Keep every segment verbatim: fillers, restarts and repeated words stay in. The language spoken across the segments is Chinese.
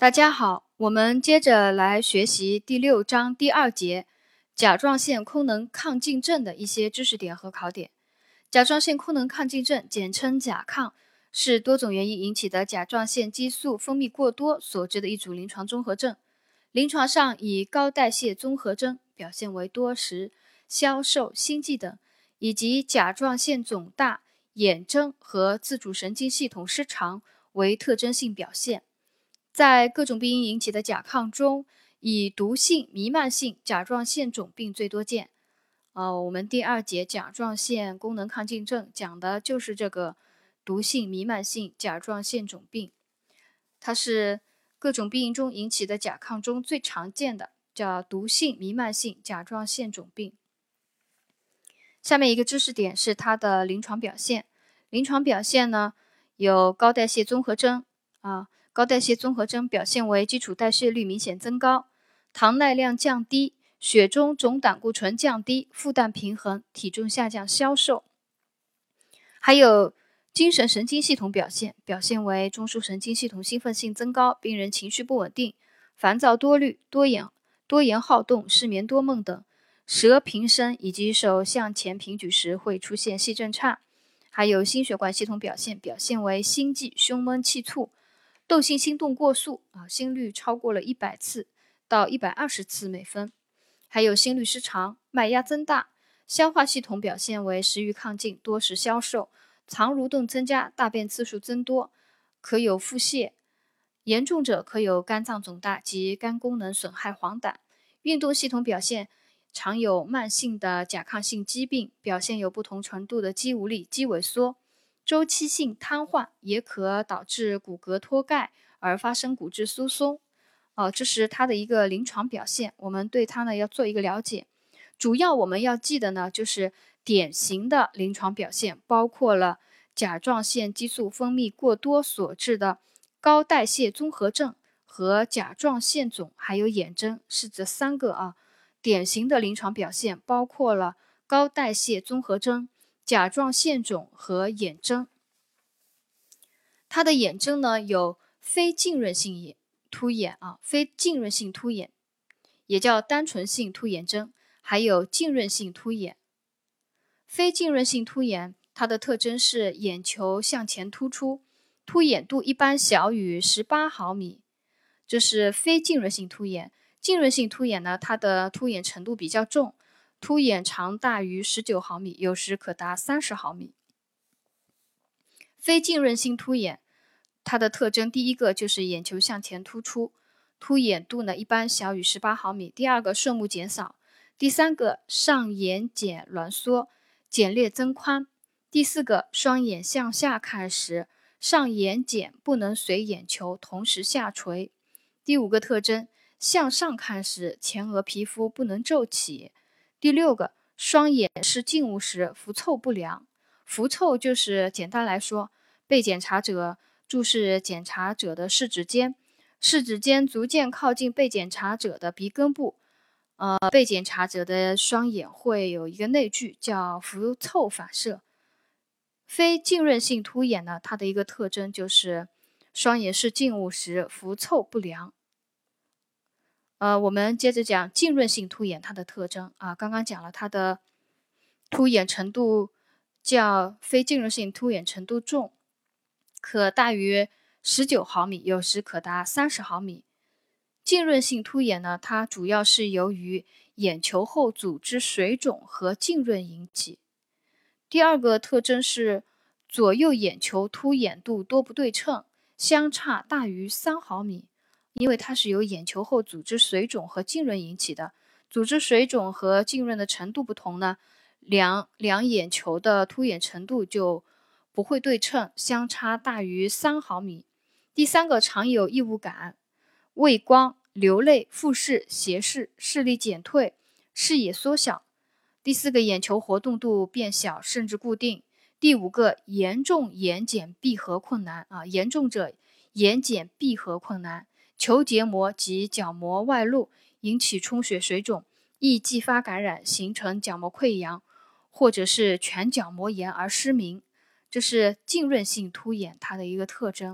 大家好，我们接着来学习第六章第二节甲状腺功能亢进症的一些知识点和考点。甲状腺功能亢进症，简称甲亢，是多种原因引起的甲状腺激素分泌过多所致的一组临床综合症。临床上以高代谢综合征，表现为多食、消瘦、心悸等，以及甲状腺肿大、眼睁和自主神经系统失常为特征性表现。在各种病因引起的甲亢中，以毒性弥漫性甲状腺肿病最多见。呃，我们第二节甲状腺功能亢进症讲的就是这个毒性弥漫性甲状腺肿病，它是各种病因中引起的甲亢中最常见的，叫毒性弥漫性甲状腺肿病。下面一个知识点是它的临床表现。临床表现呢，有高代谢综合征啊。高代谢综合征表现为基础代谢率明显增高，糖耐量降低，血中总胆固醇降低，负担平衡，体重下降，消瘦。还有精神神经系统表现，表现为中枢神经系统兴奋性增高，病人情绪不稳定，烦躁多虑，多言多言好动，失眠多梦等。舌平伸以及手向前平举时会出现细震颤。还有心血管系统表现，表现为心悸、胸闷、气促。窦性心动过速啊，心率超过了一百次到一百二十次每分，还有心律失常、脉压增大。消化系统表现为食欲亢进、多食消瘦、肠蠕动增加、大便次数增多，可有腹泻，严重者可有肝脏肿大及肝功能损害黄疸。运动系统表现常有慢性的甲亢性疾病，表现有不同程度的肌无力、肌萎缩。周期性瘫痪也可导致骨骼脱钙而发生骨质疏松。呃，这是它的一个临床表现，我们对它呢要做一个了解。主要我们要记得呢，就是典型的临床表现包括了甲状腺激素分泌过多所致的高代谢综合症和甲状腺肿，还有眼睁，是这三个啊。典型的临床表现包括了高代谢综合征、甲状腺肿和眼睁。它的眼睁呢有非浸润性眼突眼啊，非浸润性突眼也叫单纯性突眼征，还有浸润性突眼。非浸润性突眼它的特征是眼球向前突出，突眼度一般小于十八毫米，这是非浸润性突眼。浸润性突眼呢，它的突眼程度比较重，突眼长大于十九毫米，有时可达三十毫米。非浸润性突眼它的特征，第一个就是眼球向前突出，突眼度呢一般小于十八毫米。第二个顺目减少。第三个上眼睑挛缩，睑裂增宽。第四个双眼向下看时，上眼睑不能随眼球同时下垂。第五个特征，向上看时前额皮肤不能皱起。第六个，双眼视静物时浮凑不良。浮凑就是简单来说，被检查者注视检查者的视指尖，视指尖逐渐靠近被检查者的鼻根部，呃，被检查者的双眼会有一个内聚，叫浮凑反射。非浸润性突眼呢，它的一个特征就是双眼视静物时浮凑不良。呃，我们接着讲浸润性突眼它的特征啊，刚刚讲了它的突眼程度较非浸润性突眼程度重，可大于十九毫米，有时可达三十毫米。浸润性突眼呢，它主要是由于眼球后组织水肿和浸润引起。第二个特征是左右眼球突眼度多不对称，相差大于三毫米。因为它是由眼球后组织水肿和浸润引起的，组织水肿和浸润的程度不同呢，两两眼球的突眼程度就不会对称，相差大于三毫米。第三个，常有异物感、畏光、流泪、复视、斜视、视力减退、视野缩小。第四个，眼球活动度变小甚至固定。第五个，严重眼睑闭合困难啊，严重者眼睑闭合困难。球结膜及角膜外露，引起充血水肿，易继发感染，形成角膜溃疡，或者是全角膜炎而失明。这是浸润性突眼它的一个特征。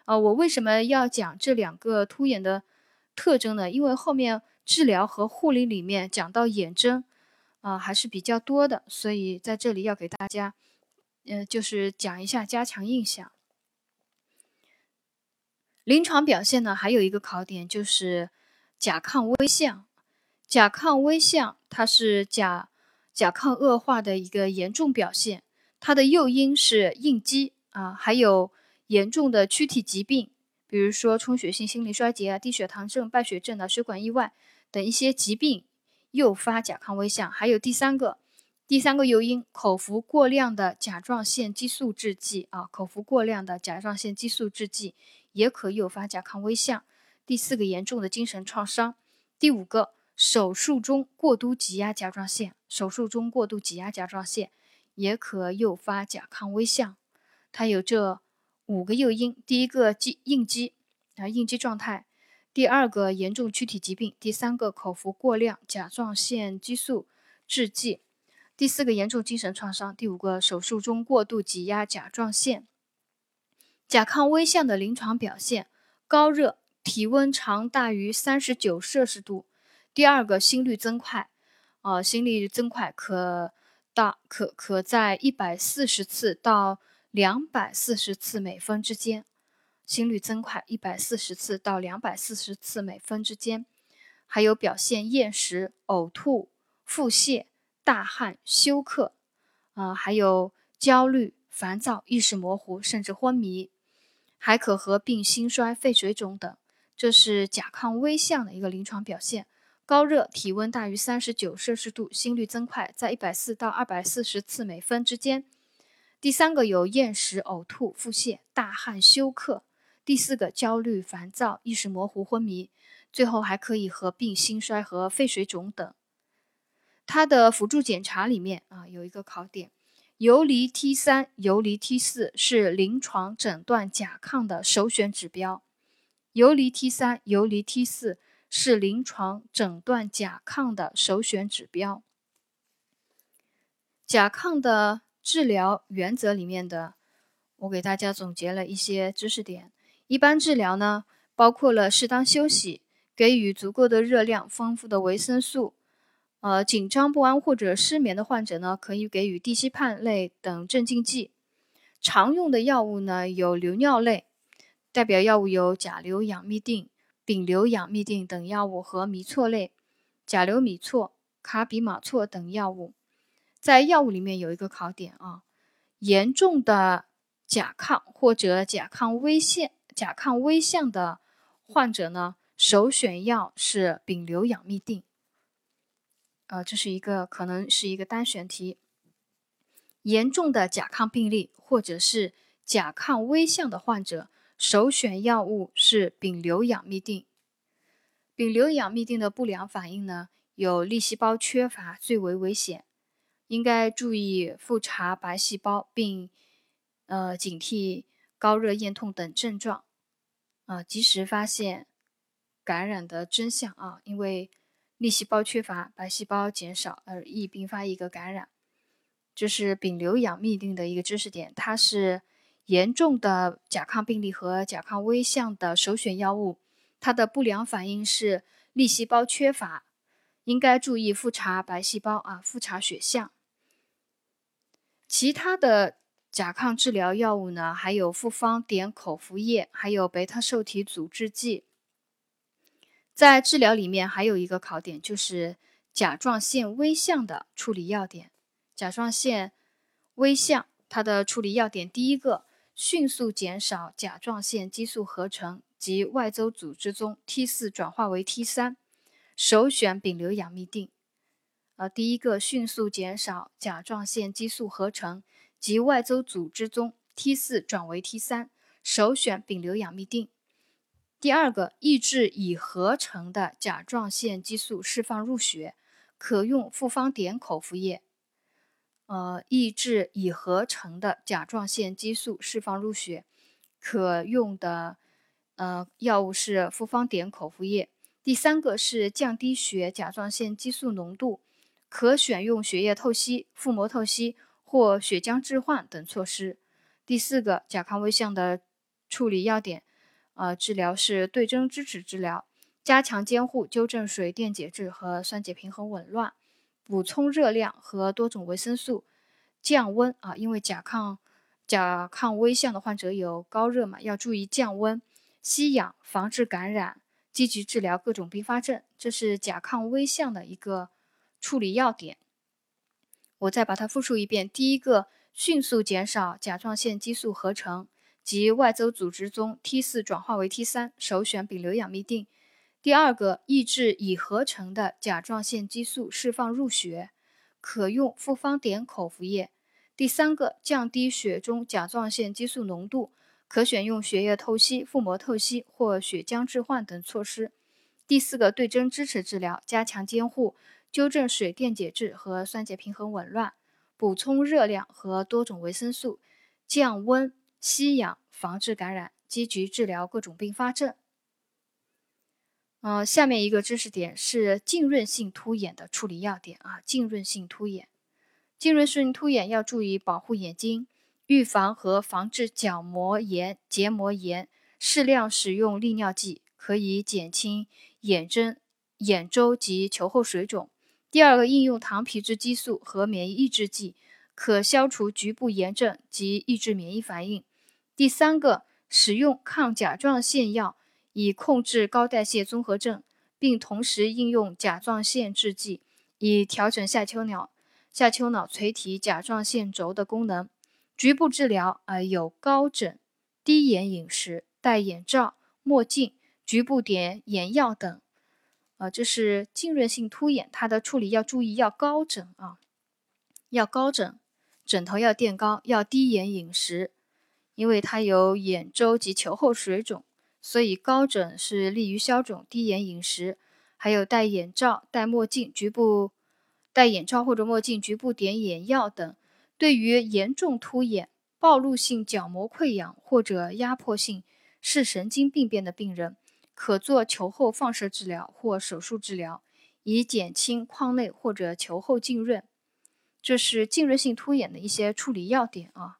呃，我为什么要讲这两个突眼的特征呢？因为后面治疗和护理里面讲到眼针，啊、还是比较多的，所以在这里要给大家，呃，就是讲一下加强印象。临床表现呢，还有一个考点就是甲亢微象。甲亢微象它是甲甲亢恶化的一个严重表现，它的诱因是应激啊，还有严重的躯体疾病，比如说充血性心力衰竭啊、低血糖症、败血症啊、血管意外等一些疾病诱发甲亢微象。还有第三个，第三个诱因，口服过量的甲状腺激素制剂啊，口服过量的甲状腺激素制剂也可诱发甲亢微象。第四个，严重的精神创伤。第五个，手术中过度挤压甲状腺，手术中过度挤压甲状腺也可诱发甲亢微象。它有这五个诱因：第一个应激啊，应激状态；第二个严重躯体疾病；第三个口服过量甲状腺激素制剂；第四个严重精神创伤；第五个手术中过度挤压甲状腺。甲亢微象的临床表现：高热，体温常大于三十九摄氏度。第二个，心率增快，呃，心率增快可大可可在一百四十次到两百四十次每分之间，心率增快一百四十次到两百四十次每分之间。还有表现厌食、呕吐、腹泻、大汗、休克，呃，还有焦虑、烦躁、意识模糊，甚至昏迷。还可合并心衰、肺水肿等。这是甲亢微象的一个临床表现。高热，体温大于三十九摄氏度，心率增快在一百四到二百四十次每分之间。第三个有厌食、呕吐、腹泻、大汗、休克。第四个焦虑、烦躁、意识模糊、昏迷。最后还可以合并心衰和肺水肿等。它的辅助检查里面啊有一个考点，游离 T 三、游离 T 四是临床诊断甲亢的首选指标。游离 T 三、游离 T 四是临床诊断甲亢的首选指标。甲亢的治疗原则里面的，我给大家总结了一些知识点。一般治疗呢，包括了适当休息，给予足够的热量、丰富的维生素。呃，紧张不安或者失眠的患者呢，可以给予地西泮类等镇静剂。常用的药物呢，有利尿类，代表药物有甲硫氧嘧啶、丙硫氧嘧啶等药物和迷唑类，甲硫米唑、卡比马唑等药物。在药物里面有一个考点啊，严重的甲亢或者甲亢微象、甲亢微象的患者呢，首选药是丙硫氧嘧啶。呃，这是一个可能是一个单选题。严重的甲亢病例或者是甲亢微象的患者，首选药物是丙硫氧嘧啶。丙硫氧嘧啶的不良反应呢，有粒细胞缺乏最为危险，应该注意复查白细胞，并呃警惕高热、咽痛等症状，呃，及时发现感染的真相啊，因为粒细胞缺乏、白细胞减少而易并发一个感染。这是丙硫氧嘧啶的一个知识点，它是严重的甲亢病例和甲亢微象的首选药物。它的不良反应是粒细胞缺乏，应该注意复查白细胞啊，复查血象。其他的甲亢治疗药物呢，还有复方碘口服液，还有贝塔受体阻滞剂。在治疗里面还有一个考点，就是甲状腺微象的处理要点。甲状腺微象它的处理要点，第一个，迅速减少甲状腺激素合成及外周组织中 T 四 转化为 T 三，首选丙硫氧嘧啶。呃，第一个，迅速减少甲状腺激素合成及外周组织中 T 四 转为 T 三，首选丙硫氧嘧啶。第二个，抑制已合成的甲状腺激素释放入血，可用复方碘口服液。呃，抑制已合成的甲状腺激素释放入血，可用的呃药物是复方碘口服液。第三个是降低血甲状腺激素浓度，可选用血液透析、腹膜透析或血浆置换等措施。第四个，甲亢微象的处理要点， 呃，治疗是对症支持治疗，加强监护，纠正水电解质和酸碱平衡紊乱，补充热量和多种维生素，降温啊，因为甲亢甲亢危象的患者有高热嘛，要注意降温，吸氧，防治感染，积极治疗各种并发症，这是甲亢危象的一个处理要点。我再把它复述一遍：第一个，迅速减少甲状腺激素合成及外周组织中 T 四 转化为 T 三，首选丙硫氧嘧啶。第二个，抑制已合成的甲状腺激素释放入血，可用复方碘口服液。第三个，降低血中甲状腺激素浓度，可选用血液透析、腹膜透析或血浆置换等措施。第四个，对症支持治疗，加强监护，纠正水电解质和酸碱平衡紊乱，补充热量和多种维生素，降温、吸氧，防治感染，积极治疗各种并发症。呃，下面一个知识点是浸润性突眼的处理要点啊。浸润性突眼，浸润性突眼要注意保护眼睛，预防和防治角膜炎、结膜炎，适量使用利尿剂，可以减轻眼针、眼周及球后水肿。第二个，应用糖皮质激素和免疫抑制剂，可消除局部炎症及抑制免疫反应。第三个，使用抗甲状腺药以控制高代谢综合症，并同时应用甲状腺制剂以调整下丘脑下丘脑垂体甲状腺轴的功能。局部治疗呃有高枕、低眼饮食、戴眼罩、墨镜、局部点眼药等。呃，这是浸润性突眼，它的处理要注意要高枕啊，要高枕，枕头要垫高，要低眼饮食，因为它有眼周及球后水肿，所以高枕是利于消肿，低眼饮食，还有戴眼罩、戴墨镜、局部戴眼罩或者墨镜、局部点眼药等。对于严重突眼、暴露性角膜溃疡或者压迫性视神经病变的病人，可做球后放射治疗或手术治疗，以减轻眶内或者球后浸润。这是浸润性突眼的一些处理要点啊。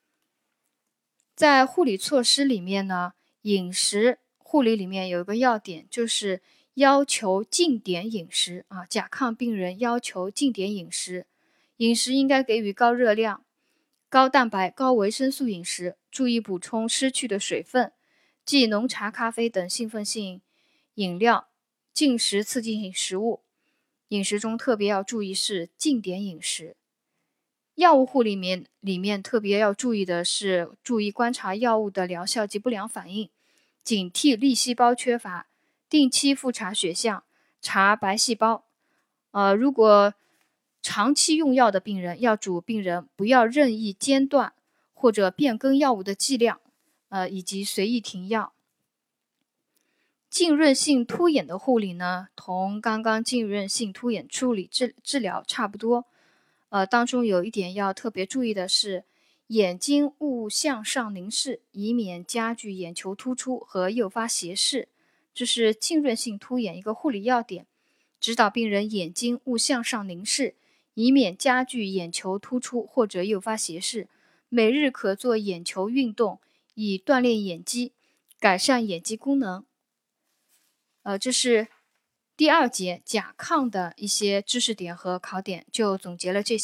在护理措施里面呢，饮食护理里面有一个要点，就是要求禁碘饮食啊。甲亢病人要求禁碘饮食，饮食应该给予高热量、高蛋白、高维生素饮食，注意补充失去的水分，忌浓茶、咖啡等兴奋性饮料，禁食刺激性食物。饮食中特别要注意是禁碘饮食。药物护理里面里面特别要注意的是，注意观察药物的疗效及不良反应，警惕粒细胞缺乏，定期复查血象，查白细胞。呃，如果长期用药的病人，要嘱病人不要任意间断或者变更药物的剂量，呃，以及随意停药。浸润性突眼的护理呢，同刚刚浸润性突眼处理治治疗差不多。呃，当中有一点要特别注意的是，眼睛勿向上凝视，以免加剧眼球突出和诱发斜视。这是浸润性突眼一个护理要点，指导病人眼睛勿向上凝视，以免加剧眼球突出或者诱发斜视。每日可做眼球运动，以锻炼眼肌，改善眼肌功能。呃，这是第二节甲亢的一些知识点和考点，就总结了这些。